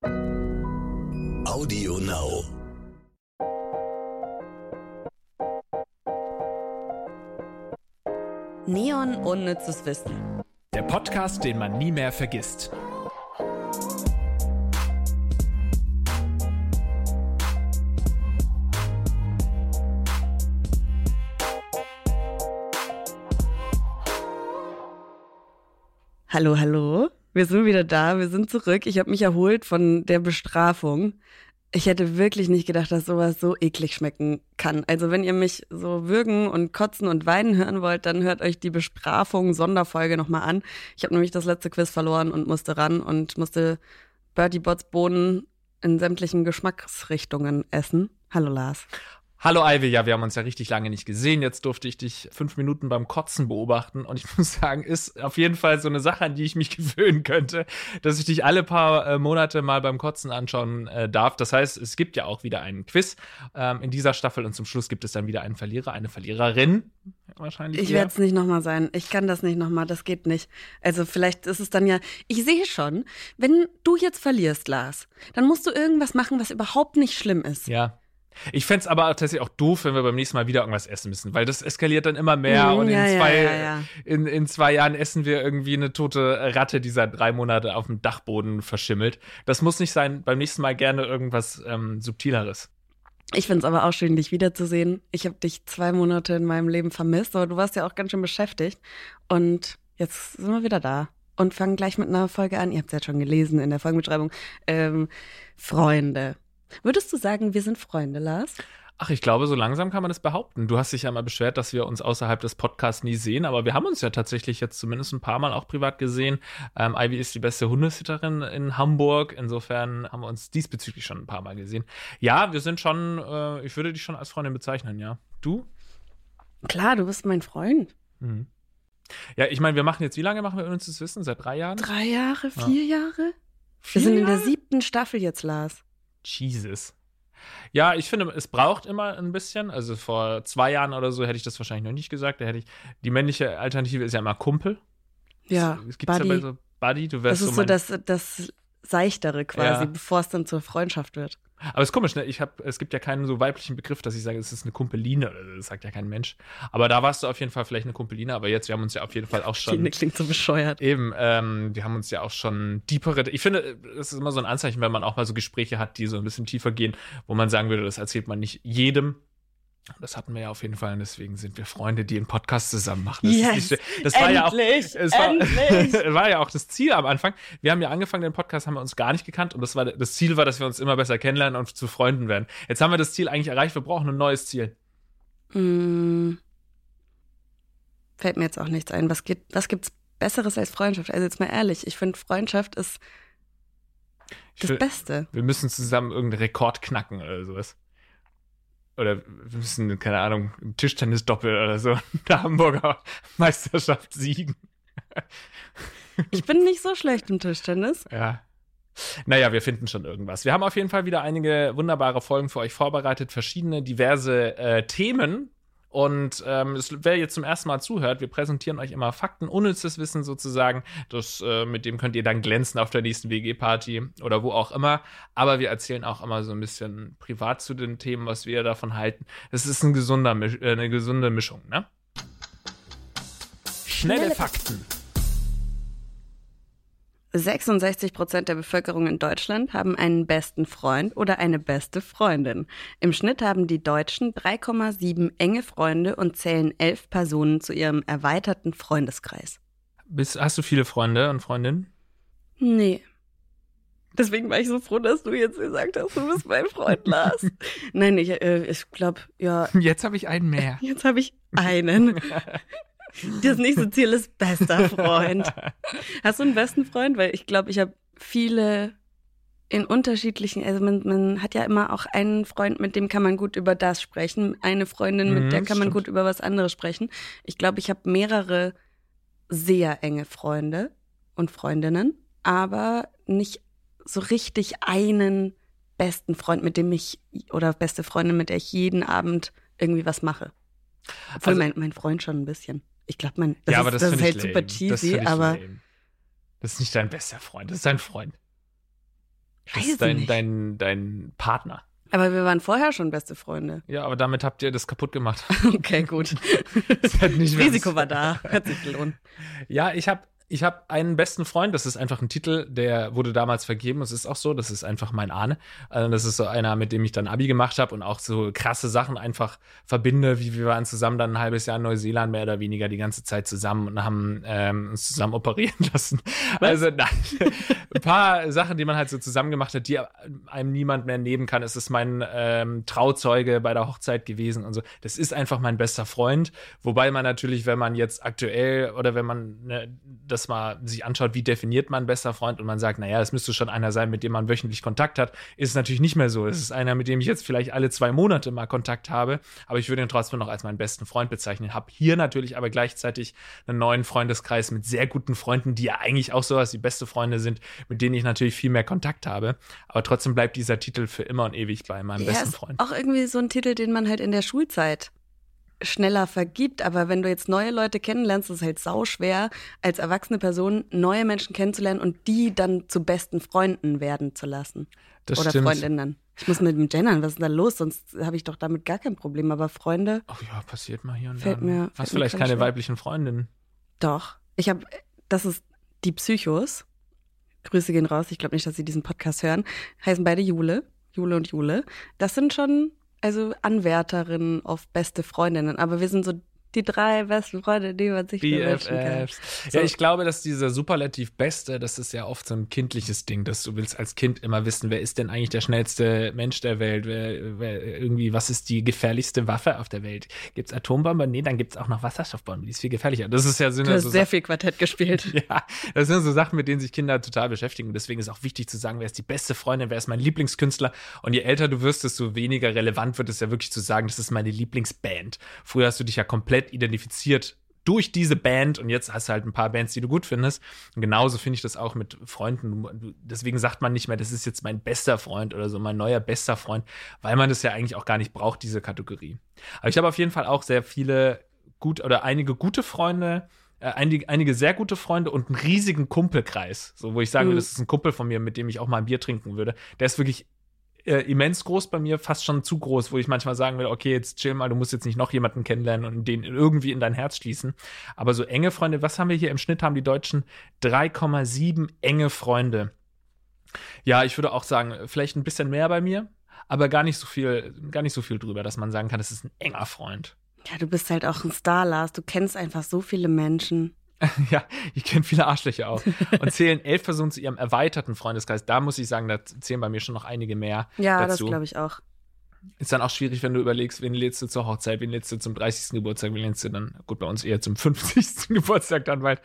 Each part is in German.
Audio Now. Neon unnützes Wissen. Der Podcast, den man nie mehr vergisst. Hallo, hallo. Wir sind wieder da, wir sind zurück. Ich habe mich erholt von der Bestrafung. Ich hätte wirklich nicht gedacht, dass sowas so eklig schmecken kann. Also wenn ihr mich so würgen und kotzen und weinen hören wollt, dann hört euch die Bestrafung-Sonderfolge nochmal an. Ich habe nämlich das letzte Quiz verloren und musste ran und musste Bertie Botts Bohnen in sämtlichen Geschmacksrichtungen essen. Hallo Lars. Hallo Ivy, ja, wir haben uns ja richtig lange nicht gesehen. Jetzt durfte ich dich 5 Minuten beim Kotzen beobachten und ich muss sagen, ist auf jeden Fall so eine Sache, an die ich mich gewöhnen könnte, dass ich dich alle paar Monate mal beim Kotzen anschauen darf. Das heißt, es gibt ja auch wieder einen Quiz in dieser Staffel und zum Schluss gibt es dann wieder einen Verlierer, eine Verliererin wahrscheinlich. Ich werde es nicht nochmal sein. Ich kann das nicht nochmal, das geht nicht. Also vielleicht ist es dann ja, ich sehe schon, wenn du jetzt verlierst, Lars, dann musst du irgendwas machen, was überhaupt nicht schlimm ist. Ja. Ich fänd's aber tatsächlich auch doof, wenn wir beim nächsten Mal wieder irgendwas essen müssen, weil das eskaliert dann immer mehr und in 2 Jahren essen wir irgendwie eine tote Ratte, die seit 3 Monate auf dem Dachboden verschimmelt. Das muss nicht sein, beim nächsten Mal gerne irgendwas Subtileres. Ich find's aber auch schön, dich wiederzusehen. Ich habe dich 2 Monate in meinem Leben vermisst, aber du warst ja auch ganz schön beschäftigt und jetzt sind wir wieder da. Und fangen gleich mit einer Folge an. Ihr habt es ja schon gelesen in der Folgenbeschreibung. Freunde. Würdest du sagen, wir sind Freunde, Lars? Ach, ich glaube, so langsam kann man das behaupten. Du hast dich ja mal beschwert, dass wir uns außerhalb des Podcasts nie sehen, aber wir haben uns ja tatsächlich jetzt zumindest ein paar Mal auch privat gesehen. Ivy ist die beste Hundesitterin in Hamburg. Insofern haben wir uns diesbezüglich schon ein paar Mal gesehen. Ja, wir sind schon, ich würde dich schon als Freundin bezeichnen, ja. Du? Klar, du bist mein Freund. Mhm. Ja, ich meine, wie lange machen wir uns das Wissen? Seit 3 Jahren? 3 Jahre, 4 Jahre? 4 Wir sind in der Jahre? 7. Staffel jetzt, Lars. Jesus. Ja, ich finde, es braucht immer ein bisschen. Also vor 2 Jahren oder so hätte ich das wahrscheinlich noch nicht gesagt. Da hätte ich, die männliche Alternative ist ja immer Kumpel. Ja, es gibt's Buddy. ja bei so Buddy. Du wärst Das ist so das Seichtere quasi, Ja. bevor es dann zur Freundschaft wird. Aber es ist komisch, ne? Es gibt ja keinen so weiblichen Begriff, dass ich sage, es ist eine Kumpeline. Das sagt ja kein Mensch. Aber da warst du auf jeden Fall vielleicht eine Kumpeline. Aber jetzt, wir haben uns ja auf jeden Fall auch schon. Klingt so bescheuert. Eben, wir haben uns ja auch schon tiefere. Ich finde, es ist immer so ein Anzeichen, wenn man auch mal so Gespräche hat, die so ein bisschen tiefer gehen, wo man sagen würde, das erzählt man nicht jedem. Das hatten wir ja auf jeden Fall und deswegen sind wir Freunde, die einen Podcast zusammen machen. Das war ja auch, endlich! es war ja auch das Ziel am Anfang. Wir haben ja angefangen, den Podcast haben wir uns gar nicht gekannt und das Ziel war, dass wir uns immer besser kennenlernen und zu Freunden werden. Jetzt haben wir das Ziel eigentlich erreicht, wir brauchen ein neues Ziel. Fällt mir jetzt auch nichts ein. Was gibt's Besseres als Freundschaft? Also jetzt mal ehrlich, ich finde, Freundschaft ist das Beste. Wir müssen zusammen irgendeinen Rekord knacken oder sowas. Oder wir müssen, keine Ahnung, im Tischtennis-Doppel oder so der Hamburger Meisterschaft siegen. Ich bin nicht so schlecht im Tischtennis. Ja. Naja, wir finden schon irgendwas. Wir haben auf jeden Fall wieder einige wunderbare Folgen für euch vorbereitet, verschiedene, diverse Themen. Und wer jetzt zum ersten Mal zuhört, wir präsentieren euch immer Fakten, unnützes Wissen sozusagen. Mit dem könnt ihr dann glänzen auf der nächsten WG-Party oder wo auch immer. Aber wir erzählen auch immer so ein bisschen privat zu den Themen, was wir davon halten. Es ist eine gesunde Mischung, ne? Schnelle Fakten. 66% der Bevölkerung in Deutschland haben einen besten Freund oder eine beste Freundin. Im Schnitt haben die Deutschen 3,7 enge Freunde und zählen 11 Personen zu ihrem erweiterten Freundeskreis. Hast du viele Freunde und Freundinnen? Nee. Deswegen war ich so froh, dass du jetzt gesagt hast, du bist mein Freund, Lars. Nein, ich glaube, ja. Jetzt habe ich einen mehr. Jetzt habe ich einen. Das nächste Ziel ist bester Freund. Hast du einen besten Freund? Weil ich glaube, ich habe viele in unterschiedlichen, also man hat ja immer auch einen Freund, mit dem kann man gut über das sprechen, eine Freundin, mit der kann man gut über was anderes sprechen. Ich glaube, ich habe mehrere sehr enge Freunde und Freundinnen, aber nicht so richtig einen besten Freund, mit dem ich, oder beste Freundin, mit der ich jeden Abend irgendwie was mache. Obwohl Also, mein Freund schon ein bisschen. Ich glaube, das ist halt super cheesy, aber das ist nicht dein bester Freund, das ist dein Freund. Das ist dein Partner. Aber wir waren vorher schon beste Freunde. Ja, aber damit habt ihr das kaputt gemacht. Okay, gut. Das Risiko war da. Hat sich gelohnt. Ja, ich hab einen besten Freund, das ist einfach ein Titel, der wurde damals vergeben. Es ist auch so, das ist einfach mein Ahne. Also das ist so einer, mit dem ich dann Abi gemacht habe und auch so krasse Sachen einfach verbinde, wie wir waren zusammen dann ein halbes Jahr in Neuseeland, mehr oder weniger die ganze Zeit zusammen und haben uns zusammen operieren lassen. Was? Also nein, ein paar Sachen, die man halt so zusammen gemacht hat, die einem niemand mehr nehmen kann. Es ist mein Trauzeuge bei der Hochzeit gewesen und so. Das ist einfach mein bester Freund. Wobei man natürlich, wenn man jetzt aktuell oder wenn man das mal sich anschaut, wie definiert man bester Freund und man sagt, naja, es müsste schon einer sein, mit dem man wöchentlich Kontakt hat, ist es natürlich nicht mehr so. Es ist einer, mit dem ich jetzt vielleicht alle 2 Monate mal Kontakt habe, aber ich würde ihn trotzdem noch als meinen besten Freund bezeichnen. Habe hier natürlich aber gleichzeitig einen neuen Freundeskreis mit sehr guten Freunden, die ja eigentlich auch sowas wie beste Freunde sind, mit denen ich natürlich viel mehr Kontakt habe. Aber trotzdem bleibt dieser Titel für immer und ewig bei meinem besten Freund. Auch irgendwie so ein Titel, den man halt in der Schulzeit schneller vergibt, aber wenn du jetzt neue Leute kennenlernst, ist es halt sauschwer, als erwachsene Person neue Menschen kennenzulernen und die dann zu besten Freunden werden zu lassen. Das oder stimmt. Freundinnen. Ich muss mit dem gendern, was ist denn da los? Sonst habe ich doch damit gar kein Problem. Aber Freunde, Oh ja, passiert mal hier und Fällt da. mir- Hast fällt mir vielleicht gerade keine schwer. weiblichen Freundinnen. doch. Das ist die Psychos. Grüße gehen raus. Ich glaube nicht, dass sie diesen Podcast hören. Heißen beide Jule. Jule und Jule. Das sind schon, also Anwärterinnen auf beste Freundinnen. Aber wir sind so die 3 besten Freunde, die man sich wünschen kann. BFFs. Ja, ich glaube, dass dieser Superlativ Beste, das ist ja oft so ein kindliches Ding, dass du willst als Kind immer wissen, wer ist denn eigentlich der schnellste Mensch der Welt? Was ist die gefährlichste Waffe auf der Welt? Gibt's Atombomben? Nee, dann gibt's auch noch Wasserstoffbomben, die ist viel gefährlicher. Das ist ja Du hast so sehr viel Quartett gespielt. Ja, das sind so Sachen, mit denen sich Kinder total beschäftigen. Und deswegen ist auch wichtig zu sagen, wer ist die beste Freundin, wer ist mein Lieblingskünstler. Und je älter du wirst, desto weniger relevant wird es ja wirklich zu sagen, das ist meine Lieblingsband. Früher hast du dich ja komplett identifiziert durch diese Band und jetzt hast du halt ein paar Bands, die du gut findest. Und genauso finde ich das auch mit Freunden. Deswegen sagt man nicht mehr, das ist jetzt mein bester Freund oder so, mein neuer bester Freund, weil man das ja eigentlich auch gar nicht braucht, diese Kategorie. Aber ich habe auf jeden Fall auch sehr viele einige gute Freunde, einige sehr gute Freunde und einen riesigen Kumpelkreis, so wo ich sagen würde, das ist ein Kumpel von mir, mit dem ich auch mal ein Bier trinken würde. Der ist wirklich immens groß bei mir, fast schon zu groß, wo ich manchmal sagen will, okay, jetzt chill mal, du musst jetzt nicht noch jemanden kennenlernen und den irgendwie in dein Herz schließen. Aber so enge Freunde, was haben wir hier im Schnitt, haben die Deutschen 3,7 enge Freunde. Ja, ich würde auch sagen, vielleicht ein bisschen mehr bei mir, aber gar nicht so viel drüber, dass man sagen kann, das ist ein enger Freund. Ja, du bist halt auch ein Star, Lars. Du kennst einfach so viele Menschen. Ja, ich kenne viele Arschlöcher auch. Und zählen 11 Personen zu ihrem erweiterten Freundeskreis. Da muss ich sagen, da zählen bei mir schon noch einige mehr Ja, dazu. das glaube ich auch. Ist dann auch schwierig, wenn du überlegst, wen lädst du zur Hochzeit, wen lädst du zum 30. Geburtstag, wen lädst du dann, gut, bei uns eher zum 50. Geburtstag dann bald,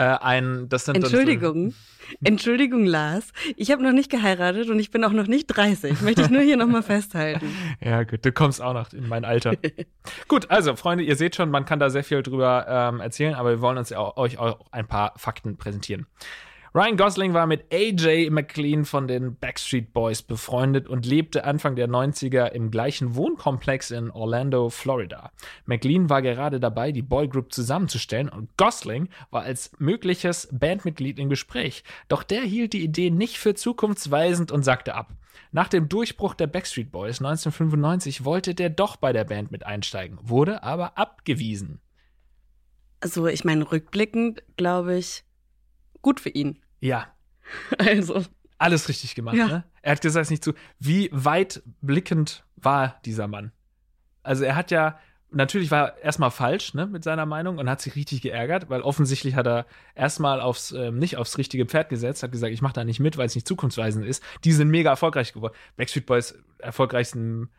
das sind Entschuldigung. Entschuldigung, Lars. Ich habe noch nicht geheiratet und ich bin auch noch nicht 30. Möchte ich nur hier nochmal festhalten. Ja, gut, du kommst auch noch in mein Alter. Gut, also, Freunde, ihr seht schon, man kann da sehr viel drüber erzählen, aber wir wollen uns ja euch auch ein paar Fakten präsentieren. Ryan Gosling war mit AJ McLean von den Backstreet Boys befreundet und lebte Anfang der 90er im gleichen Wohnkomplex in Orlando, Florida. McLean war gerade dabei, die Boygroup zusammenzustellen und Gosling war als mögliches Bandmitglied im Gespräch. Doch der hielt die Idee nicht für zukunftsweisend und sagte ab. Nach dem Durchbruch der Backstreet Boys 1995 wollte der doch bei der Band mit einsteigen, wurde aber abgewiesen. Also, ich meine, rückblickend, glaube ich, gut für ihn. Ja. Also. Alles richtig gemacht, Ja. ne? Er hat gesagt, nicht zu. Wie weitblickend war dieser Mann? Also er hat ja, natürlich war er erstmal falsch, ne, mit seiner Meinung und hat sich richtig geärgert, weil offensichtlich hat er erstmal nicht aufs richtige Pferd gesetzt, hat gesagt, ich mache da nicht mit, weil es nicht zukunftsweisend ist. Die sind mega erfolgreich geworden. Backstreet Boys, erfolgreichste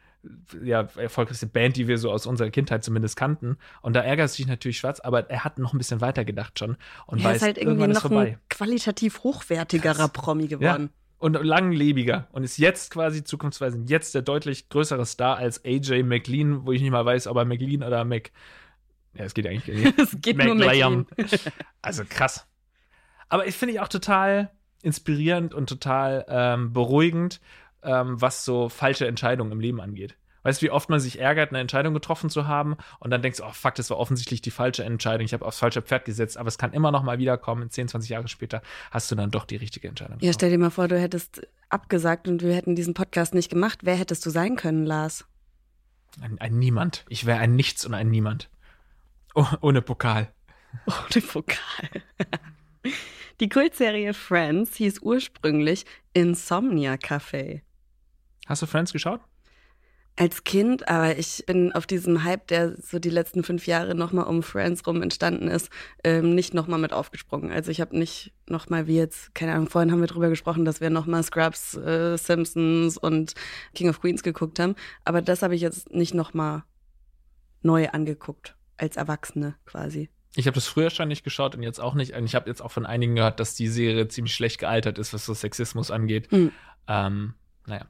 Band, die wir so aus unserer Kindheit zumindest kannten. Und da ärgert es sich natürlich schwarz, aber er hat noch ein bisschen weiter gedacht schon. Und Er ist halt irgendwie irgendwann ist noch vorbei. ein qualitativ hochwertigerer Promi geworden. Und langlebiger. Und ist jetzt quasi zukunftsweisend jetzt der deutlich größere Star als AJ McLean, wo ich nicht mal weiß, ob er McLean oder Mac. Ja, es geht eigentlich nicht. Es geht nur McLean. McLean. Also krass. Aber ich finde ich auch total inspirierend und total beruhigend, was so falsche Entscheidungen im Leben angeht. Weißt du, wie oft man sich ärgert, eine Entscheidung getroffen zu haben und dann denkst du, oh fuck, das war offensichtlich die falsche Entscheidung, ich habe aufs falsche Pferd gesetzt, aber es kann immer noch mal wiederkommen, 10, 20 Jahre später hast du dann doch die richtige Entscheidung getroffen. Ja, stell dir mal vor, du hättest abgesagt und wir hätten diesen Podcast nicht gemacht. Wer hättest du sein können, Lars? Ein Niemand. Ich wäre ein Nichts und ein Niemand. Oh, ohne Pokal. Ohne Pokal. Die Kultserie Friends hieß ursprünglich Insomnia Café. Hast du Friends geschaut? Als Kind, aber ich bin auf diesem Hype, der so die letzten 5 Jahre nochmal um Friends rum entstanden ist, nicht nochmal mit aufgesprungen. Also ich habe nicht nochmal wie jetzt, keine Ahnung, vorhin haben wir drüber gesprochen, dass wir nochmal Scrubs, Simpsons und King of Queens geguckt haben. Aber das habe ich jetzt nicht nochmal neu angeguckt, als Erwachsene quasi. Ich habe das früher schon nicht geschaut und jetzt auch nicht. Und ich habe jetzt auch von einigen gehört, dass die Serie ziemlich schlecht gealtert ist, was so Sexismus angeht. Naja.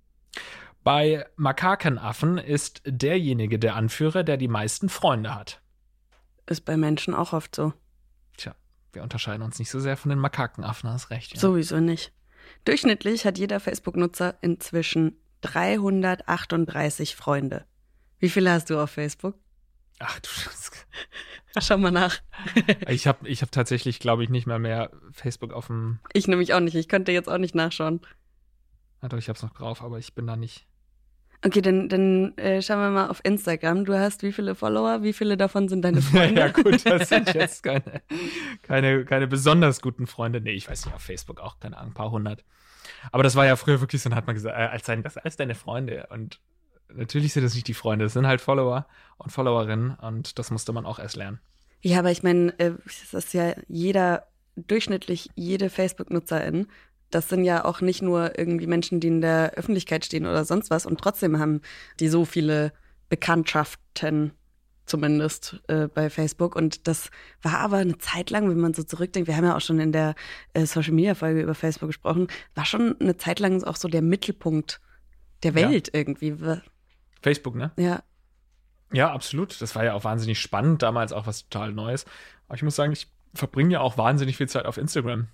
Bei Makakenaffen ist derjenige der Anführer, der die meisten Freunde hat. Ist bei Menschen auch oft so. Tja, wir unterscheiden uns nicht so sehr von den Makakenaffen, hast recht. Ja. Sowieso nicht. Durchschnittlich hat jeder Facebook-Nutzer inzwischen 338 Freunde. Wie viele hast du auf Facebook? Ach du Schau mal nach. Ich hab tatsächlich, glaube ich, nicht mehr Facebook auf dem... Ich nämlich auch nicht. Ich könnte jetzt auch nicht nachschauen. Ja, doch, ich hab's noch drauf, aber ich bin da nicht... Okay, dann schauen wir mal auf Instagram. Du hast wie viele Follower? Wie viele davon sind deine Freunde? Ja gut, das sind jetzt keine besonders guten Freunde. Nee, ich weiß nicht, auf Facebook auch, keine Ahnung, ein paar hundert. Aber das war ja früher wirklich so, dann hat man gesagt, als seien das alles deine Freunde. Und natürlich sind das nicht die Freunde, das sind halt Follower und Followerinnen und das musste man auch erst lernen. Ja, aber ich meine, das ist ja durchschnittlich jede Facebook-Nutzerin. Das sind ja auch nicht nur irgendwie Menschen, die in der Öffentlichkeit stehen oder sonst was. Und trotzdem haben die so viele Bekanntschaften, zumindest bei Facebook. Und das war aber eine Zeit lang, wenn man so zurückdenkt, wir haben ja auch schon in der Social-Media-Folge über Facebook gesprochen, war schon eine Zeit lang auch so der Mittelpunkt der Welt irgendwie. Facebook, ne? Ja. Ja, absolut. Das war ja auch wahnsinnig spannend, damals auch was total Neues. Aber ich muss sagen, ich verbringe ja auch wahnsinnig viel Zeit auf Instagram.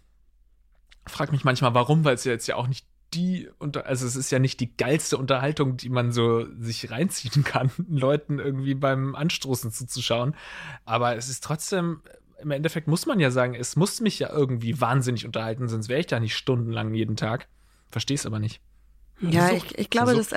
Frag mich manchmal, warum, weil es ja jetzt ja auch nicht also es ist ja nicht die geilste Unterhaltung, die man so sich reinziehen kann, Leuten irgendwie beim Anstoßen zuzuschauen. Aber es ist trotzdem, im Endeffekt muss man ja sagen, es muss mich ja irgendwie wahnsinnig unterhalten, sonst wäre ich da nicht stundenlang jeden Tag. Versteh's aber nicht. Ja, ich glaube, dass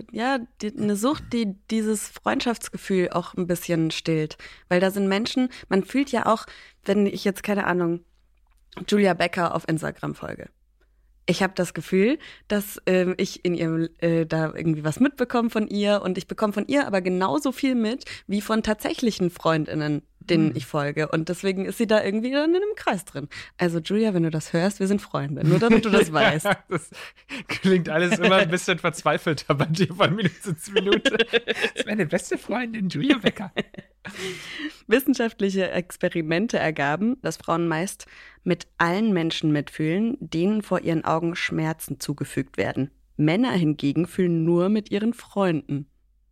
eine Sucht, die dieses Freundschaftsgefühl auch ein bisschen stillt. Weil da sind Menschen, man fühlt ja auch, wenn ich jetzt, keine Ahnung, Julia Becker auf Instagram folge. Ich habe das Gefühl, dass ich in ihrem da irgendwie was mitbekomme von ihr und ich bekomme von ihr aber genauso viel mit wie von tatsächlichen FreundInnen, denen ich folge. Und deswegen ist sie da irgendwie dann in einem Kreis drin. Also Julia, wenn du das hörst, wir sind Freunde. Nur damit du das weißt. Das klingt alles immer ein bisschen verzweifelter bei dir von Minute zu Minute. Das ist meine beste Freundin, Julia Becker. Wissenschaftliche Experimente ergaben, dass Frauen meist mit allen Menschen mitfühlen, denen vor ihren Augen Schmerzen zugefügt werden. Männer hingegen fühlen nur mit ihren Freunden.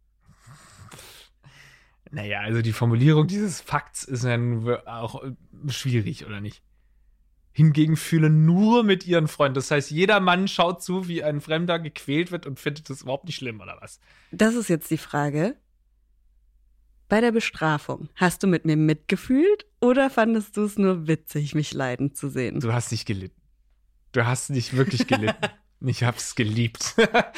Naja, also die Formulierung dieses Fakts ist ja auch schwierig, oder nicht? Hingegen fühlen nur mit ihren Freunden. Das heißt, jeder Mann schaut zu, wie ein Fremder gequält wird und findet das überhaupt nicht schlimm, oder was? Das ist jetzt die Frage. Bei der Bestrafung, hast du mit mir mitgefühlt oder fandest du es nur witzig, mich leiden zu sehen? Du hast nicht gelitten. Du hast nicht wirklich gelitten. Ich hab's geliebt.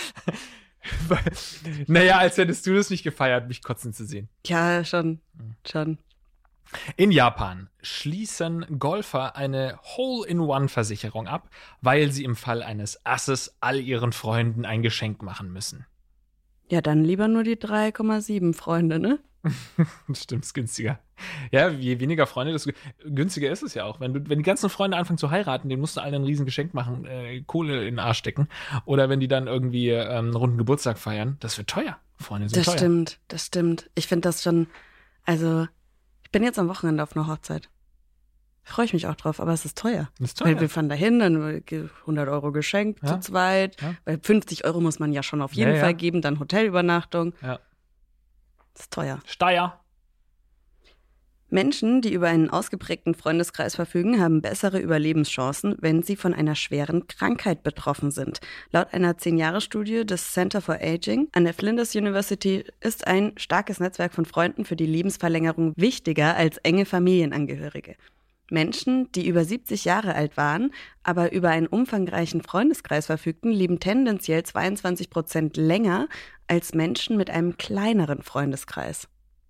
Naja, als hättest du das nicht gefeiert, mich kotzen zu sehen. Ja, schon. In Japan schließen Golfer eine Hole-in-One-Versicherung ab, weil sie im Fall eines Asses all ihren Freunden ein Geschenk machen müssen. Ja, dann lieber nur die 3,7 Freunde, ne? Stimmt, ist günstiger. Ja, je weniger Freunde, desto günstiger ist es ja auch. Wenn die ganzen Freunde anfangen zu heiraten, denen musst du allen ein riesen Geschenk machen, Kohle in den Arsch stecken. Oder wenn die dann irgendwie einen runden Geburtstag feiern, das wird teuer. Freunde sind teuer. Das stimmt. Ich finde das schon, also ich bin jetzt am Wochenende auf einer Hochzeit. Freue ich mich auch drauf, aber es ist teuer. Weil wir fahren dahin, dann 100 Euro Geschenk zu zweit. Ja. Weil 50 Euro muss man ja schon auf jeden Fall geben, dann Hotelübernachtung. Ja. Das ist teuer. Steier. Menschen, die über einen ausgeprägten Freundeskreis verfügen, haben bessere Überlebenschancen, wenn sie von einer schweren Krankheit betroffen sind. Laut einer 10-Jahre-Studie des Center for Aging an der Flinders University ist ein starkes Netzwerk von Freunden für die Lebensverlängerung wichtiger als enge Familienangehörige. Menschen, die über 70 Jahre alt waren, aber über einen umfangreichen Freundeskreis verfügten, leben tendenziell 22% länger als Menschen mit einem kleineren Freundeskreis.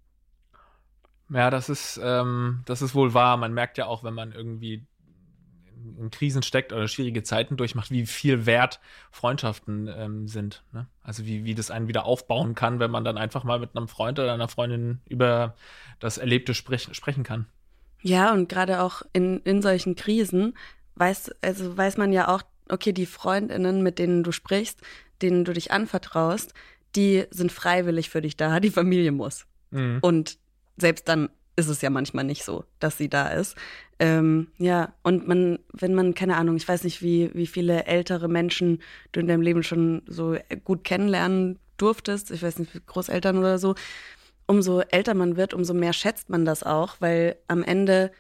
Ja, das ist wohl wahr. Man merkt ja auch, wenn man irgendwie in Krisen steckt oder schwierige Zeiten durchmacht, wie viel wert Freundschaften sind. Ne? Also wie das einen wieder aufbauen kann, wenn man dann einfach mal mit einem Freund oder einer Freundin über das Erlebte sprechen kann. Ja, und gerade auch in solchen Krisen weiß man ja auch, okay, die FreundInnen, mit denen du sprichst, denen du dich anvertraust, die sind freiwillig für dich da, die Familie muss. Mhm. Und selbst dann ist es ja manchmal nicht so, dass sie da ist. Ja, und wenn man, keine Ahnung, ich weiß nicht, wie viele ältere Menschen du in deinem Leben schon so gut kennenlernen durftest, ich weiß nicht, Großeltern oder so, umso älter man wird, umso mehr schätzt man das auch, weil am Ende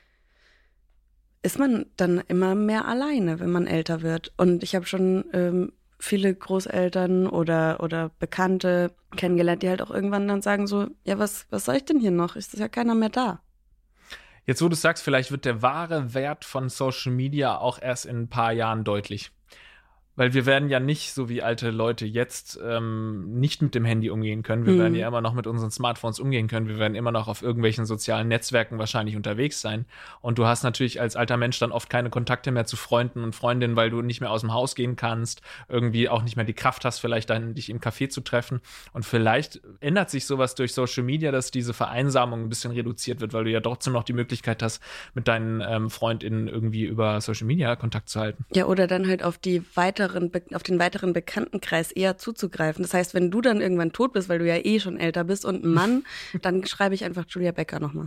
ist man dann immer mehr alleine, wenn man älter wird. Und ich habe schon viele Großeltern oder Bekannte kennengelernt, die halt auch irgendwann dann sagen so, ja, was soll ich denn hier noch? Ist ja keiner mehr da. Jetzt, wo du sagst, vielleicht wird der wahre Wert von Social Media auch erst in ein paar Jahren deutlich. Weil wir werden ja nicht, so wie alte Leute jetzt, nicht mit dem Handy umgehen können. Wir werden ja immer noch mit unseren Smartphones umgehen können. Wir werden immer noch auf irgendwelchen sozialen Netzwerken wahrscheinlich unterwegs sein. Und du hast natürlich als alter Mensch dann oft keine Kontakte mehr zu Freunden und Freundinnen, weil du nicht mehr aus dem Haus gehen kannst, irgendwie auch nicht mehr die Kraft hast, vielleicht dann dich im Café zu treffen. Und vielleicht ändert sich sowas durch Social Media, dass diese Vereinsamung ein bisschen reduziert wird, weil du ja trotzdem noch die Möglichkeit hast, mit deinen FreundInnen irgendwie über Social Media Kontakt zu halten. Ja, oder dann halt auf den weiteren Bekanntenkreis eher zuzugreifen. Das heißt, wenn du dann irgendwann tot bist, weil du ja eh schon älter bist und ein Mann, dann schreibe ich einfach Julia Becker nochmal.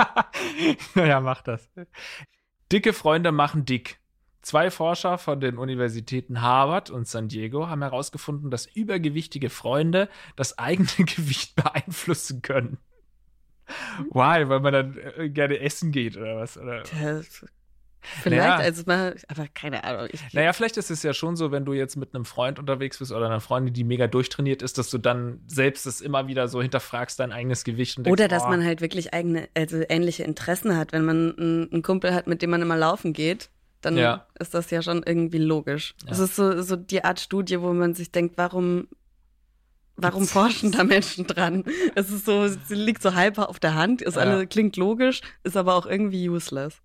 Ja, mach das. Dicke Freunde machen dick. 2 Forscher von den Universitäten Harvard und San Diego haben herausgefunden, dass übergewichtige Freunde das eigene Gewicht beeinflussen können. Why? Weil man dann gerne essen geht oder was? Oder? Vielleicht, aber keine Ahnung. Vielleicht ist es ja schon so, wenn du jetzt mit einem Freund unterwegs bist oder einer Freundin, die mega durchtrainiert ist, dass du dann selbst das immer wieder so hinterfragst, dein eigenes Gewicht. Und denkst, oder dass man halt wirklich ähnliche Interessen hat. Wenn man einen Kumpel hat, mit dem man immer laufen geht, dann ist das ja schon irgendwie logisch. Es ist so die Art Studie, wo man sich denkt, warum forschen da Menschen dran? Es ist so, sie liegt so halb auf der Hand, klingt logisch, ist aber auch irgendwie useless.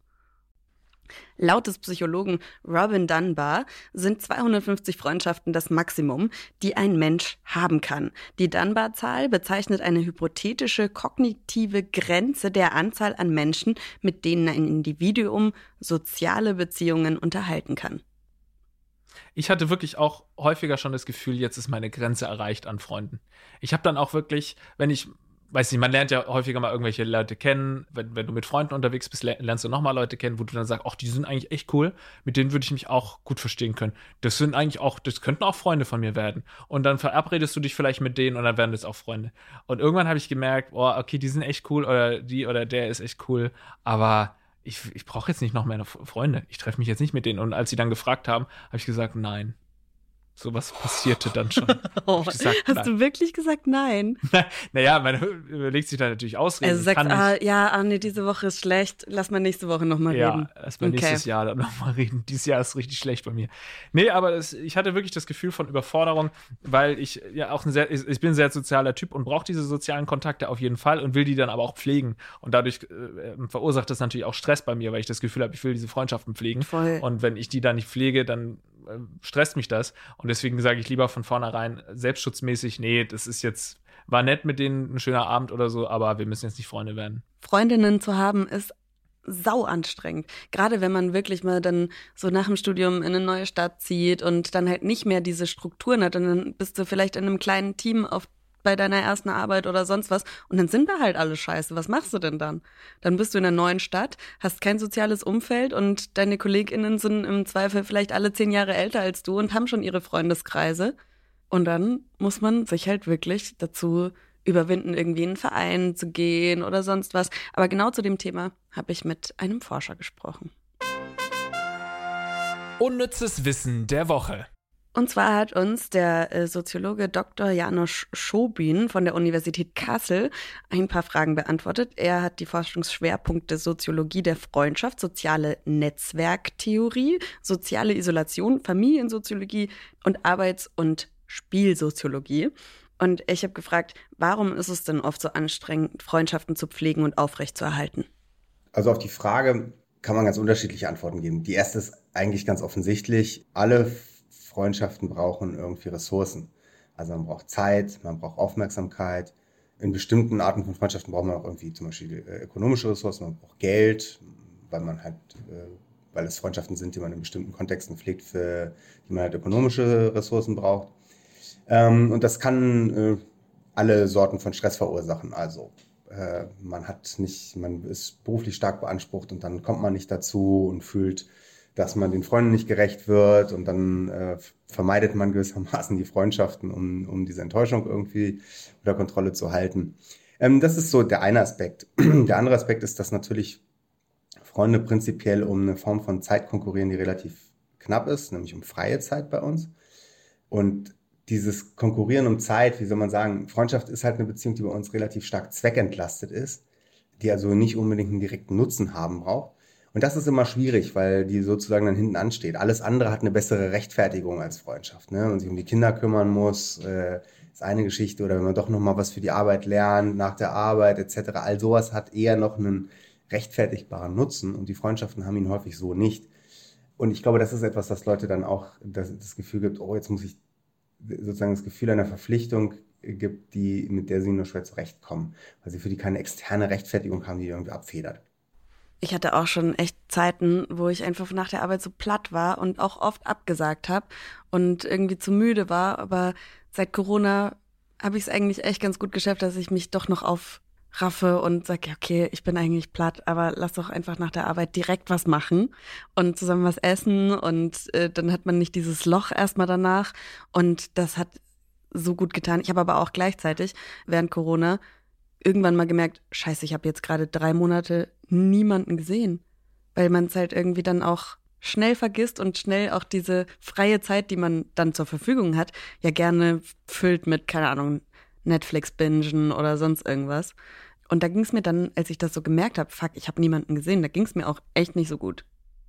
Laut des Psychologen Robin Dunbar sind 250 Freundschaften das Maximum, die ein Mensch haben kann. Die Dunbar-Zahl bezeichnet eine hypothetische kognitive Grenze der Anzahl an Menschen, mit denen ein Individuum soziale Beziehungen unterhalten kann. Ich hatte wirklich auch häufiger schon das Gefühl, jetzt ist meine Grenze erreicht an Freunden. Ich habe dann auch wirklich, weiß nicht, man lernt ja häufiger mal irgendwelche Leute kennen. Wenn du mit Freunden unterwegs bist, lernst du nochmal Leute kennen, wo du dann sagst, ach, die sind eigentlich echt cool, mit denen würde ich mich auch gut verstehen können. Das könnten auch Freunde von mir werden. Und dann verabredest du dich vielleicht mit denen und dann werden das auch Freunde. Und irgendwann habe ich gemerkt, okay, die sind echt cool oder die oder der ist echt cool, aber ich brauche jetzt nicht noch mehr Freunde. Ich treffe mich jetzt nicht mit denen. Und als sie dann gefragt haben, habe ich gesagt, nein. Sowas passierte dann schon. Hast du wirklich gesagt nein? Naja, man überlegt sich da natürlich Ausreden. Also sagst, nee, diese Woche ist schlecht, lass mal nächste Woche nochmal reden. Ja, erst mal nächstes Jahr dann nochmal reden. Dieses Jahr ist richtig schlecht bei mir. Nee, aber ich hatte wirklich das Gefühl von Überforderung, weil ich ja auch ich bin ein sehr sozialer Typ und brauche diese sozialen Kontakte auf jeden Fall und will die dann aber auch pflegen. Und dadurch verursacht das natürlich auch Stress bei mir, weil ich das Gefühl habe, ich will diese Freundschaften pflegen. Voll. Und wenn ich die dann nicht pflege, dann stresst mich das. Und deswegen sage ich lieber von vornherein selbstschutzmäßig, nee, war nett mit denen, ein schöner Abend oder so, aber wir müssen jetzt nicht Freunde werden. Freundinnen zu haben ist sau anstrengend. Gerade wenn man wirklich mal dann so nach dem Studium in eine neue Stadt zieht und dann halt nicht mehr diese Strukturen hat und dann bist du vielleicht in einem kleinen Team bei deiner ersten Arbeit oder sonst was und dann sind wir halt alle scheiße. Was machst du denn dann? Dann bist du in einer neuen Stadt, hast kein soziales Umfeld und deine KollegInnen sind im Zweifel vielleicht alle 10 Jahre älter als du und haben schon ihre Freundeskreise. Und dann muss man sich halt wirklich dazu überwinden, irgendwie in einen Verein zu gehen oder sonst was. Aber genau zu dem Thema habe ich mit einem Forscher gesprochen. Unnützes Wissen der Woche. Und zwar hat uns der Soziologe Dr. János Schobin von der Universität Kassel ein paar Fragen beantwortet. Er hat die Forschungsschwerpunkte Soziologie der Freundschaft, soziale Netzwerktheorie, soziale Isolation, Familiensoziologie und Arbeits- und Spielsoziologie. Und ich habe gefragt, warum ist es denn oft so anstrengend, Freundschaften zu pflegen und aufrechtzuerhalten? Also auf die Frage kann man ganz unterschiedliche Antworten geben. Die erste ist eigentlich ganz offensichtlich. Alle Freundschaften brauchen irgendwie Ressourcen. Also man braucht Zeit, man braucht Aufmerksamkeit. In bestimmten Arten von Freundschaften braucht man auch irgendwie zum Beispiel ökonomische Ressourcen, man braucht Geld, weil es Freundschaften sind, die man in bestimmten Kontexten pflegt, für die man halt ökonomische Ressourcen braucht. Und das kann alle Sorten von Stress verursachen. Also man ist beruflich stark beansprucht und dann kommt man nicht dazu und fühlt, dass man den Freunden nicht gerecht wird und dann vermeidet man gewissermaßen die Freundschaften, um diese Enttäuschung irgendwie unter Kontrolle zu halten. Das ist so der eine Aspekt. Der andere Aspekt ist, dass natürlich Freunde prinzipiell um eine Form von Zeit konkurrieren, die relativ knapp ist, nämlich um freie Zeit bei uns. Und dieses Konkurrieren um Zeit, wie soll man sagen, Freundschaft ist halt eine Beziehung, die bei uns relativ stark zweckentlastet ist, die also nicht unbedingt einen direkten Nutzen haben braucht. Und das ist immer schwierig, weil die sozusagen dann hinten ansteht. Alles andere hat eine bessere Rechtfertigung als Freundschaft. Ne? Wenn man sich um die Kinder kümmern muss, ist eine Geschichte. Oder wenn man doch nochmal was für die Arbeit lernt, nach der Arbeit etc. All sowas hat eher noch einen rechtfertigbaren Nutzen. Und die Freundschaften haben ihn häufig so nicht. Und ich glaube, das ist etwas, das Leute dann auch das Gefühl gibt, oh, jetzt muss ich sozusagen das Gefühl einer Verpflichtung gibt, mit der sie nur schwer zurechtkommen. Weil sie für die keine externe Rechtfertigung haben, die irgendwie abfedert. Ich hatte auch schon echt Zeiten, wo ich einfach nach der Arbeit so platt war und auch oft abgesagt habe und irgendwie zu müde war. Aber seit Corona habe ich es eigentlich echt ganz gut geschafft, dass ich mich doch noch aufraffe und sage, ja, okay, ich bin eigentlich platt, aber lass doch einfach nach der Arbeit direkt was machen und zusammen was essen. Und dann hat man nicht dieses Loch erstmal danach. Und das hat so gut getan. Ich habe aber auch gleichzeitig während Corona irgendwann mal gemerkt, scheiße, ich habe jetzt gerade 3 Monate niemanden gesehen, weil man es halt irgendwie dann auch schnell vergisst und schnell auch diese freie Zeit, die man dann zur Verfügung hat, ja gerne füllt mit, keine Ahnung, Netflix-Bingen oder sonst irgendwas. Und da ging es mir dann, als ich das so gemerkt habe, fuck, ich habe niemanden gesehen, da ging es mir auch echt nicht so gut.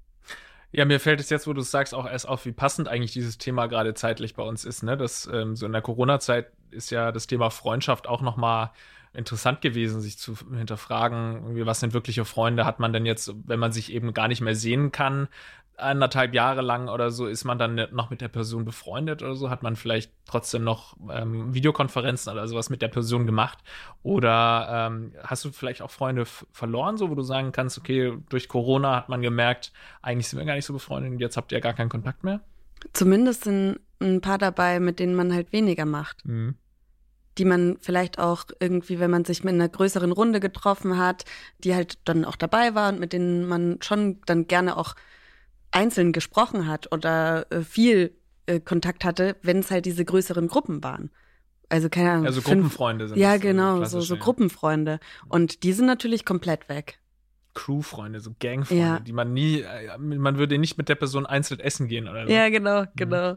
Ja, mir fällt es jetzt, wo du es sagst, auch erst auf, wie passend eigentlich dieses Thema gerade zeitlich bei uns ist. Ne? Das, so in der Corona-Zeit ist ja das Thema Freundschaft auch nochmal interessant gewesen, sich zu hinterfragen, irgendwie, was sind wirkliche Freunde? Hat man denn jetzt, wenn man sich eben gar nicht mehr sehen kann, 1,5 Jahre lang oder so, ist man dann noch mit der Person befreundet oder so? Hat man vielleicht trotzdem noch Videokonferenzen oder sowas mit der Person gemacht? Oder hast du vielleicht auch Freunde verloren, so wo du sagen kannst, okay, durch Corona hat man gemerkt, eigentlich sind wir gar nicht so befreundet und jetzt habt ihr gar keinen Kontakt mehr? Zumindest sind ein paar dabei, mit denen man halt weniger macht. Mhm. Die man vielleicht auch irgendwie, wenn man sich mit einer größeren Runde getroffen hat, die halt dann auch dabei war und mit denen man schon dann gerne auch einzeln gesprochen hat oder viel Kontakt hatte, wenn es halt diese größeren Gruppen waren. Also keine Ahnung. Also Gruppenfreunde sind ja, das. Genau, so Gruppenfreunde. Und die sind natürlich komplett weg. Crewfreunde, so Gangfreunde, ja. Die man man würde nicht mit der Person einzeln essen gehen oder so. Ja, genau.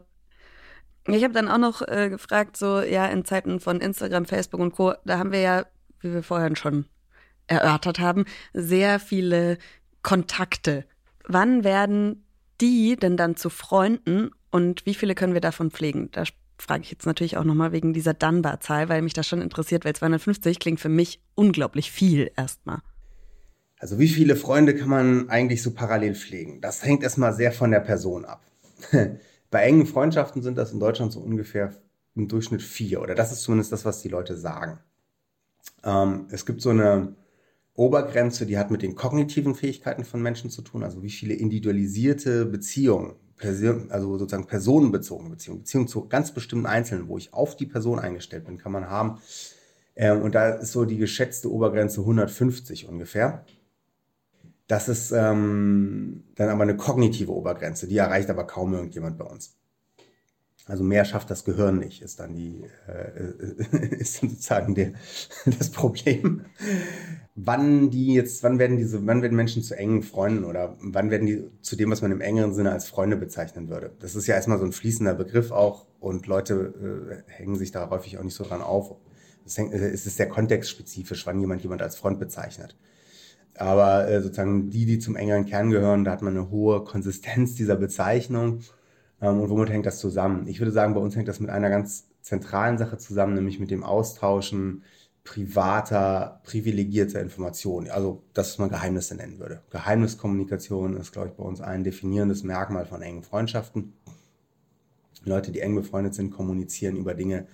Ich habe dann auch noch gefragt, so ja, in Zeiten von Instagram, Facebook und Co., da haben wir ja, wie wir vorhin schon erörtert haben, sehr viele Kontakte. Wann werden die denn dann zu Freunden und wie viele können wir davon pflegen? Da frage ich jetzt natürlich auch nochmal wegen dieser Dunbar-Zahl, weil mich das schon interessiert, weil 250 klingt für mich unglaublich viel erstmal. Also wie viele Freunde kann man eigentlich so parallel pflegen? Das hängt erstmal sehr von der Person ab. Bei engen Freundschaften sind das in Deutschland so ungefähr im Durchschnitt 4. Oder das ist zumindest das, was die Leute sagen. Es gibt so eine Obergrenze, die hat mit den kognitiven Fähigkeiten von Menschen zu tun. Also wie viele individualisierte Beziehungen, also sozusagen personenbezogene Beziehungen zu ganz bestimmten Einzelnen, wo ich auf die Person eingestellt bin, kann man haben. Und da ist so die geschätzte Obergrenze 150 ungefähr. Das ist dann aber eine kognitive Obergrenze, die erreicht aber kaum irgendjemand bei uns. Also mehr schafft das Gehirn nicht, ist dann ist dann sozusagen das Problem. Wann werden Menschen zu engen Freunden oder wann werden die zu dem, was man im engeren Sinne als Freunde bezeichnen würde? Das ist ja erstmal so ein fließender Begriff auch und Leute hängen sich da häufig auch nicht so dran auf. Es ist sehr kontextspezifisch, wann jemand als Freund bezeichnet. Aber sozusagen die zum engeren Kern gehören, da hat man eine hohe Konsistenz dieser Bezeichnung. Und womit hängt das zusammen? Ich würde sagen, bei uns hängt das mit einer ganz zentralen Sache zusammen, nämlich mit dem Austauschen privater, privilegierter Informationen. Also das, was man Geheimnisse nennen würde. Geheimniskommunikation ist, glaube ich, bei uns ein definierendes Merkmal von engen Freundschaften. Leute, die eng befreundet sind, kommunizieren über Dinge,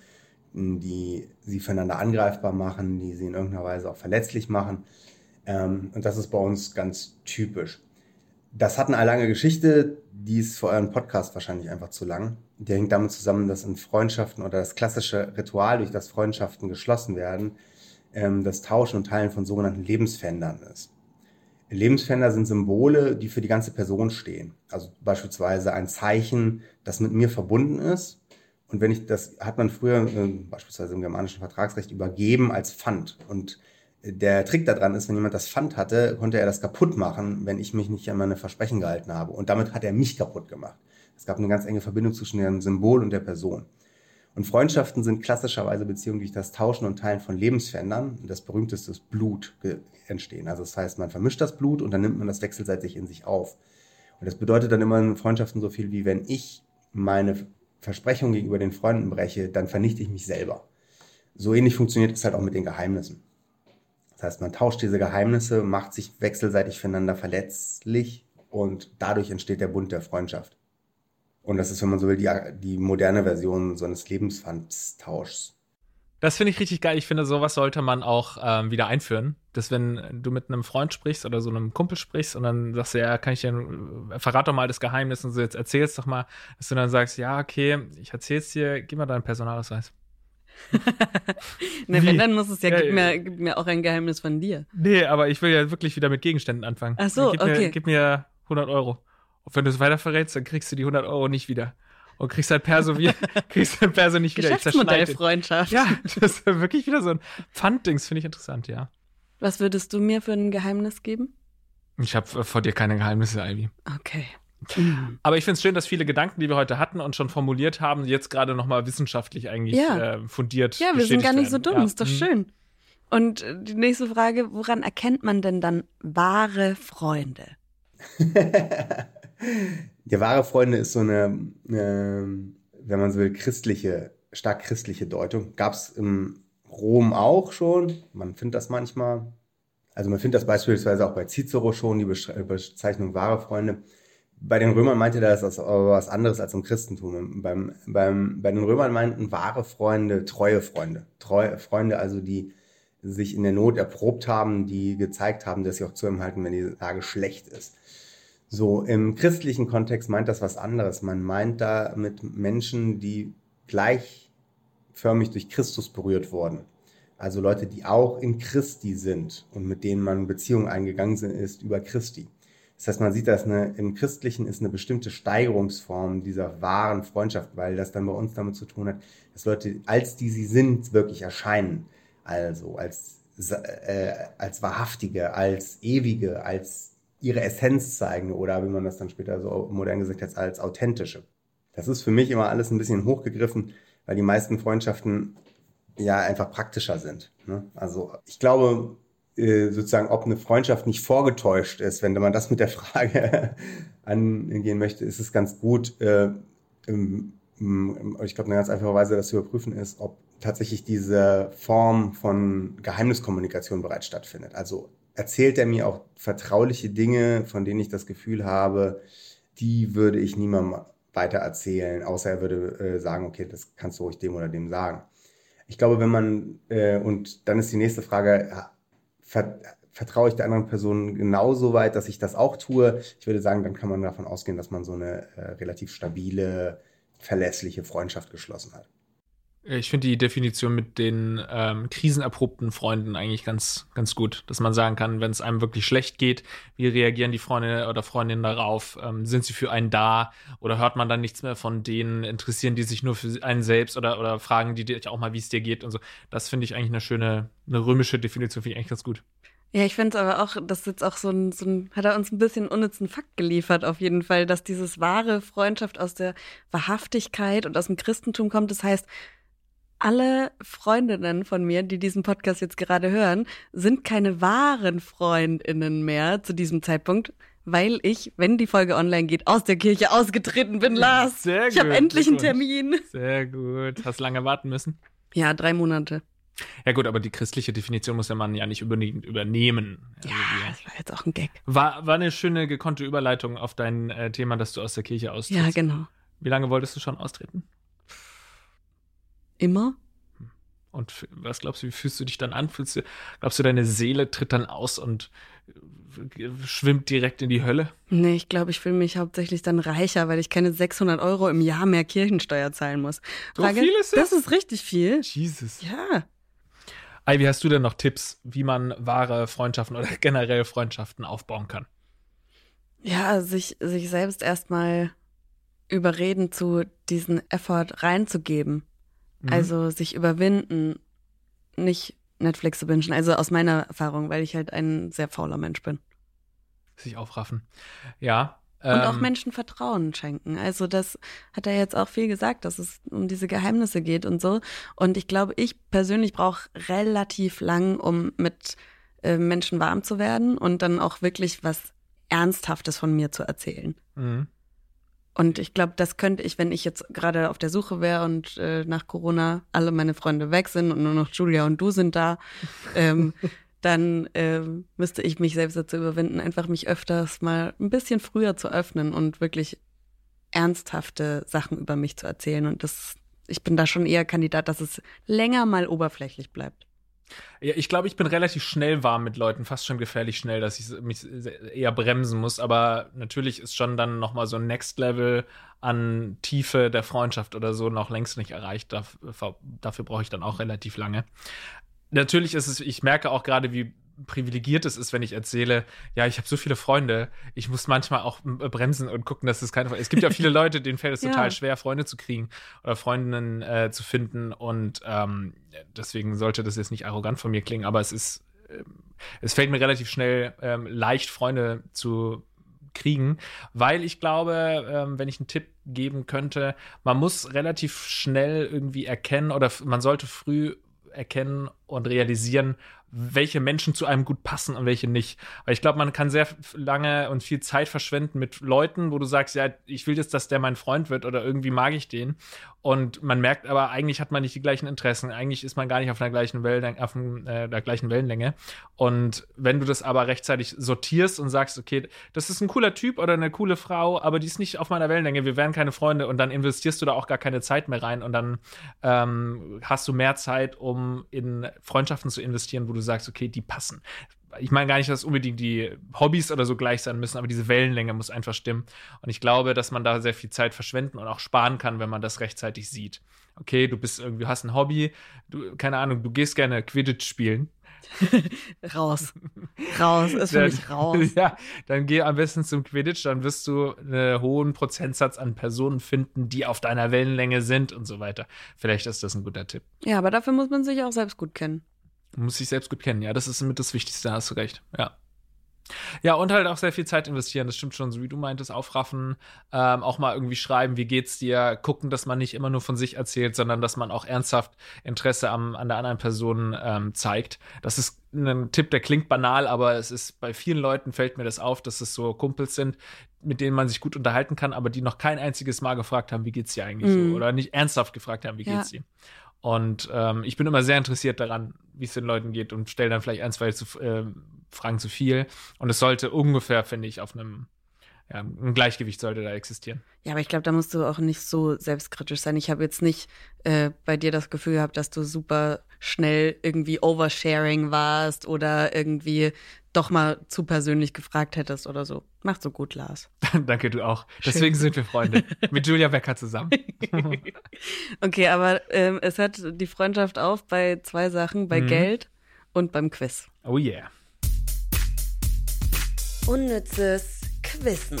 die sie füreinander angreifbar machen, die sie in irgendeiner Weise auch verletzlich machen. Und das ist bei uns ganz typisch. Das hat eine lange Geschichte, die ist für euren Podcast wahrscheinlich einfach zu lang. Der hängt damit zusammen, dass in Freundschaften oder das klassische Ritual, durch das Freundschaften geschlossen werden, das Tauschen und Teilen von sogenannten Lebensverändern ist. Lebensveränder sind Symbole, die für die ganze Person stehen. Also beispielsweise ein Zeichen, das mit mir verbunden ist. Und das hat man früher beispielsweise im germanischen Vertragsrecht übergeben als Pfand. Und der Trick daran ist, wenn jemand das Pfand hatte, konnte er das kaputt machen, wenn ich mich nicht an meine Versprechen gehalten habe. Und damit hat er mich kaputt gemacht. Es gab eine ganz enge Verbindung zwischen dem Symbol und der Person. Und Freundschaften sind klassischerweise Beziehungen, die durch das Tauschen und Teilen von Lebensverändern, das berühmteste ist Blut, entstehen. Also das heißt, man vermischt das Blut und dann nimmt man das wechselseitig in sich auf. Und das bedeutet dann immer in Freundschaften so viel wie, wenn ich meine Versprechungen gegenüber den Freunden breche, dann vernichte ich mich selber. So ähnlich funktioniert es halt auch mit den Geheimnissen. Das heißt, man tauscht diese Geheimnisse, macht sich wechselseitig füreinander verletzlich und dadurch entsteht der Bund der Freundschaft. Und das ist, wenn man so will, die moderne Version so eines Lebenspfandtauschs. Das finde ich richtig geil. Ich finde, sowas sollte man auch wieder einführen. Dass wenn du mit einem Freund sprichst oder so einem Kumpel sprichst und dann sagst du, ja, verrat doch mal das Geheimnis und so, jetzt erzähl's doch mal, dass du dann sagst, ja, okay, ich erzähl's dir, gib mal deinen Personalausweis. Ne, wenn, dann muss es ja, gib mir auch ein Geheimnis von dir. Nee, aber ich will ja wirklich wieder mit Gegenständen anfangen. Ach so, Gib mir 100 Euro. Und wenn du es weiter verrätst, dann kriegst du die 100 Euro nicht wieder. Und kriegst dein Perso nicht wieder. Geschäftsmodellfreundschaft. Ja, das ist wirklich wieder so ein Pfanddings, finde ich interessant, ja. Was würdest du mir für ein Geheimnis geben? Ich habe vor dir keine Geheimnisse, Ivy. Okay. Aber ich finde es schön, dass viele Gedanken, die wir heute hatten und schon formuliert haben, jetzt gerade nochmal wissenschaftlich eigentlich fundiert Ja, wir sind gar nicht so dumm, ja. Ist doch schön. Und die nächste Frage, woran erkennt man denn dann wahre Freunde? Ja, wahre Freunde ist so eine, wenn man so will, stark christliche Deutung. Gab es im Rom auch schon. Man findet das manchmal. Also man findet das beispielsweise auch bei Cicero schon, die Bezeichnung wahre Freunde. Bei den Römern meinte er das aber was anderes als im Christentum. Bei den Römern meinten wahre Freunde treue Freunde. Treue Freunde, also die sich in der Not erprobt haben, die gezeigt haben, dass sie auch zu ihm halten, wenn die Lage schlecht ist. So, im christlichen Kontext meint das was anderes. Man meint da mit Menschen, die gleichförmig durch Christus berührt wurden. Also Leute, die auch in Christi sind und mit denen man Beziehungen eingegangen ist über Christi. Das heißt, man sieht, dass im Christlichen ist eine bestimmte Steigerungsform dieser wahren Freundschaft, weil das dann bei uns damit zu tun hat, dass Leute, als die sie sind, wirklich erscheinen. Also als wahrhaftige, als ewige, als ihre Essenz zeigen oder wie man das dann später so modern gesagt hat, als authentische. Das ist für mich immer alles ein bisschen hochgegriffen, weil die meisten Freundschaften ja einfach praktischer sind. Ne? Also ich glaube sozusagen, ob eine Freundschaft nicht vorgetäuscht ist, wenn man das mit der Frage angehen möchte, ist es ganz gut, ich glaube, eine ganz einfache Weise, das zu überprüfen ist, ob tatsächlich diese Form von Geheimniskommunikation bereits stattfindet. Also erzählt er mir auch vertrauliche Dinge, von denen ich das Gefühl habe, die würde ich niemandem weiter erzählen, außer er würde sagen, okay, das kannst du ruhig dem oder dem sagen. Ich glaube, wenn man, und dann ist die nächste Frage, vertraue ich der anderen Person genauso weit, dass ich das auch tue? Ich würde sagen, dann kann man davon ausgehen, dass man so eine relativ stabile, verlässliche Freundschaft geschlossen hat. Ich finde die Definition mit den krisenerprobten Freunden eigentlich ganz, ganz gut, dass man sagen kann, wenn es einem wirklich schlecht geht, wie reagieren die Freunde oder Freundinnen darauf? Sind sie für einen da oder hört man dann nichts mehr von denen? Interessieren die sich nur für einen selbst oder fragen die dich auch mal, wie es dir geht und so? Das finde ich eigentlich eine römische Definition, finde ich eigentlich ganz gut. Ja, ich finde es aber auch, das ist jetzt auch hat er uns ein bisschen unnützen Fakt geliefert auf jeden Fall, dass dieses wahre Freundschaft aus der Wahrhaftigkeit und aus dem Christentum kommt. Das heißt, alle Freundinnen von mir, die diesen Podcast jetzt gerade hören, sind keine wahren FreundInnen mehr zu diesem Zeitpunkt, weil ich, wenn die Folge online geht, aus der Kirche ausgetreten bin, Lars. Sehr gut. Ich habe endlich einen Termin. Sehr gut. Hast lange warten müssen? Ja, 3 Monate. Ja gut, aber die christliche Definition muss der Mann ja nicht übernehmen. Ja, das war jetzt auch ein Gag. War eine schöne, gekonnte Überleitung auf dein Thema, dass du aus der Kirche austrittst. Ja, genau. Wie lange wolltest du schon austreten? Immer? Und was glaubst du, wie fühlst du dich dann an? Glaubst du, deine Seele tritt dann aus und schwimmt direkt in die Hölle? Nee, ich glaube, ich fühle mich hauptsächlich dann reicher, weil ich keine 600 € im Jahr mehr Kirchensteuer zahlen muss. Frage, so viel ist das? Das ist richtig viel. Jesus. Ja. Ivy, hast du denn noch Tipps, wie man wahre Freundschaften oder generell Freundschaften aufbauen kann? Ja, sich selbst erstmal überreden, zu diesen Effort reinzugeben. Also sich überwinden, nicht Netflix zu bingen. Also aus meiner Erfahrung, weil ich halt ein sehr fauler Mensch bin. Sich aufraffen. Ja. Und auch Menschen Vertrauen schenken. Also das hat er jetzt auch viel gesagt, dass es um diese Geheimnisse geht und so. Und ich glaube, ich persönlich brauche relativ lang, um mit Menschen warm zu werden und dann auch wirklich was Ernsthaftes von mir zu erzählen. Mhm. Und ich glaube, das könnte ich, wenn ich jetzt gerade auf der Suche wäre und nach Corona alle meine Freunde weg sind und nur noch Julia und du sind da, dann müsste ich mich selbst dazu überwinden, einfach mich öfters mal ein bisschen früher zu öffnen und wirklich ernsthafte Sachen über mich zu erzählen. Und ich bin da schon eher Kandidat, dass es länger mal oberflächlich bleibt. Ja, ich glaube, ich bin relativ schnell warm mit Leuten, fast schon gefährlich schnell, dass ich mich eher bremsen muss. Aber natürlich ist schon dann noch mal so ein Next Level an Tiefe der Freundschaft oder so noch längst nicht erreicht. Dafür brauche ich dann auch relativ lange. Natürlich ist es, ich merke auch gerade, wie privilegiert es ist, wenn ich erzähle, ja, ich habe so viele Freunde, ich muss manchmal auch bremsen und gucken, dass es keine Freunde. Es gibt ja viele Leute, denen fällt es total schwer, Freunde zu kriegen oder Freundinnen zu finden und deswegen sollte das jetzt nicht arrogant von mir klingen, aber es fällt mir relativ schnell leicht, Freunde zu kriegen, weil ich glaube, wenn ich einen Tipp geben könnte, man muss relativ schnell irgendwie erkennen oder man sollte früh erkennen und realisieren, welche Menschen zu einem gut passen und welche nicht. Weil ich glaube, man kann sehr lange und viel Zeit verschwenden mit Leuten, wo du sagst, ja, ich will jetzt, dass der mein Freund wird oder irgendwie mag ich den. Und man merkt aber, eigentlich hat man nicht die gleichen Interessen. Eigentlich ist man gar nicht auf der gleichen Wellenlänge. Und wenn du das aber rechtzeitig sortierst und sagst, okay, das ist ein cooler Typ oder eine coole Frau, aber die ist nicht auf meiner Wellenlänge, wir werden keine Freunde und dann investierst du da auch gar keine Zeit mehr rein und dann hast du mehr Zeit, um in Freundschaften zu investieren, wo du sagst, okay, die passen. Ich meine gar nicht, dass unbedingt die Hobbys oder so gleich sein müssen, aber diese Wellenlänge muss einfach stimmen. Und ich glaube, dass man da sehr viel Zeit verschwenden und auch sparen kann, wenn man das rechtzeitig sieht. Okay, du hast ein Hobby, keine Ahnung, du gehst gerne Quidditch spielen. Raus, ist für mich raus. Ja, dann geh am besten zum Quidditch, dann wirst du einen hohen Prozentsatz an Personen finden, die auf deiner Wellenlänge sind und so weiter. Vielleicht ist das ein guter Tipp. Ja, aber dafür muss man sich auch selbst gut kennen. Man muss sich selbst gut kennen, ja, das ist mit das Wichtigste, da hast du recht, ja. Ja, und halt auch sehr viel Zeit investieren, das stimmt schon, so wie du meintest, aufraffen, auch mal irgendwie schreiben, wie geht's dir, gucken, dass man nicht immer nur von sich erzählt, sondern dass man auch ernsthaft Interesse an der anderen Person zeigt. Das ist ein Tipp, der klingt banal, aber es ist, bei vielen Leuten fällt mir das auf, dass es so Kumpels sind, mit denen man sich gut unterhalten kann, aber die noch kein einziges Mal gefragt haben, wie geht's dir eigentlich so, oder nicht ernsthaft gefragt haben, wie geht's dir. Und ich bin immer sehr interessiert daran, wie es den Leuten geht und stelle dann vielleicht 1, 2 Fragen zu viel. Und es sollte ungefähr, finde ich, auf einem ja, ein Gleichgewicht sollte da existieren. Ja, aber ich glaube, da musst du auch nicht so selbstkritisch sein. Ich habe jetzt nicht bei dir das Gefühl gehabt, dass du super schnell irgendwie Oversharing warst oder irgendwie doch mal zu persönlich gefragt hättest oder so. Macht so gut, Lars. Danke, du auch. Deswegen sind wir Freunde. Mit Julia Becker zusammen. Okay, aber es hört die Freundschaft auf bei 2 Sachen, bei Geld und beim Quiz. Oh yeah. Unnützes Quizzen.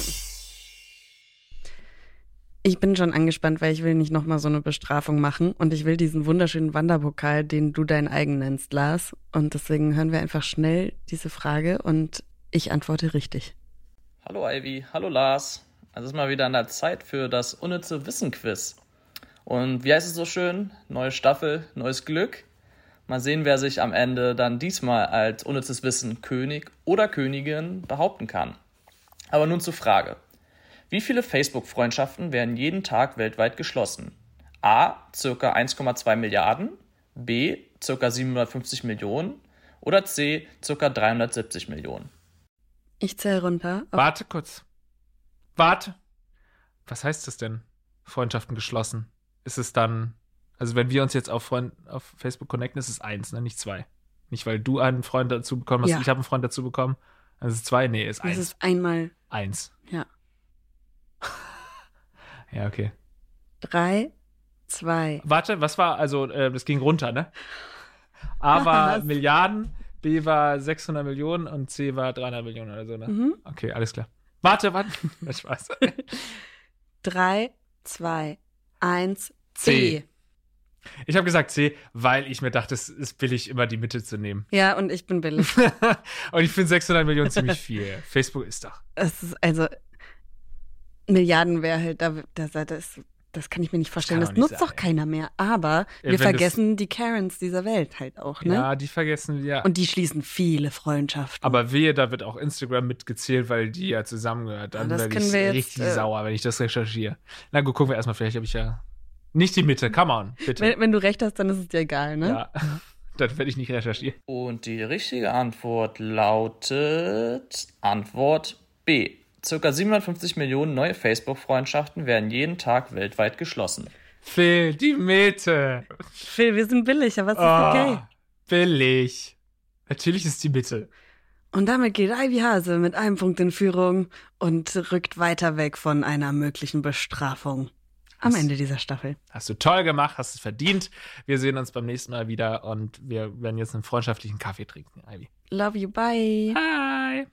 Ich bin schon angespannt, weil ich will nicht nochmal so eine Bestrafung machen und ich will diesen wunderschönen Wanderpokal, den du deinen eigen nennst, Lars. Und deswegen hören wir einfach schnell diese Frage und ich antworte richtig. Hallo Ivy, hallo Lars. Es ist mal wieder an der Zeit für das unnütze Wissen-Quiz. Und wie heißt es so schön? Neue Staffel, neues Glück. Mal sehen, wer sich am Ende dann diesmal als unnützes Wissen König oder Königin behaupten kann. Aber nun zur Frage. Wie viele Facebook-Freundschaften werden jeden Tag weltweit geschlossen? A. Circa 1,2 Milliarden, B. Circa 750 Millionen oder C. Circa 370 Millionen? Ich zähle runter. Warte kurz. Warte. Was heißt das denn? Freundschaften geschlossen. Ist es dann, also wenn wir uns jetzt auf Facebook connecten, ist es 1, ne? Nicht 2. Nicht, weil du einen Freund dazu bekommen hast, Ja. Ich habe einen Freund dazu bekommen. Also ist es 2? Nee, ist 1. Das ist einmal, 1. ja. Ja, okay. 3, 2. Warte, was war, also das ging runter, ne? A war Was? Milliarden, B war 600 Millionen und C war 300 Millionen oder so, ne? Mhm. Okay, alles klar. Warte. Spaß. 3, 2, 1, C. C. Ich habe gesagt C, weil ich mir dachte, es ist billig, immer die Mitte zu nehmen. Ja, und ich bin billig. Und ich finde 600 Millionen ziemlich viel. Facebook ist doch. Es ist also Milliarden wäre halt, das kann ich mir nicht vorstellen. kann Das doch nicht nutzt sein. doch keiner mehr. Aber wir Wenn vergessen die Karens dieser Welt halt auch, ne? Ja, die vergessen wir. Und die schließen viele Freundschaften. Aber wehe, da wird auch Instagram mitgezählt, weil die ja zusammengehört. Dann das werde können ich wir jetzt, richtig sauer, wenn ich das recherchiere. Na gut, gucken wir erstmal. Vielleicht habe ich ja nicht die Mitte. Come on, bitte. wenn du recht hast, dann ist es dir egal, ne? Ja, dann werde ich nicht recherchieren. Und die richtige Antwort lautet Antwort B. Circa 750 Millionen neue Facebook-Freundschaften werden jeden Tag weltweit geschlossen. Phil, die Mitte. Phil, wir sind billig, aber es ist okay. Billig. Natürlich ist die Mitte. Und damit geht Ivy Hase mit einem Punkt in Führung und rückt weiter weg von einer möglichen Bestrafung am Ende dieser Staffel. Hast du toll gemacht, hast es verdient. Wir sehen uns beim nächsten Mal wieder und wir werden jetzt einen freundschaftlichen Kaffee trinken, Ivy. Love you, bye. Hi.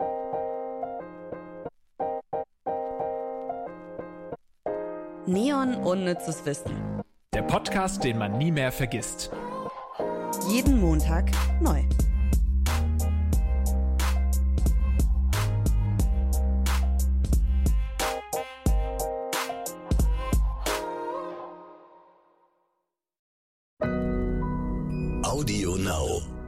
Neon unnützes Wissen. Der Podcast, den man nie mehr vergisst. Jeden Montag neu. Audio Now.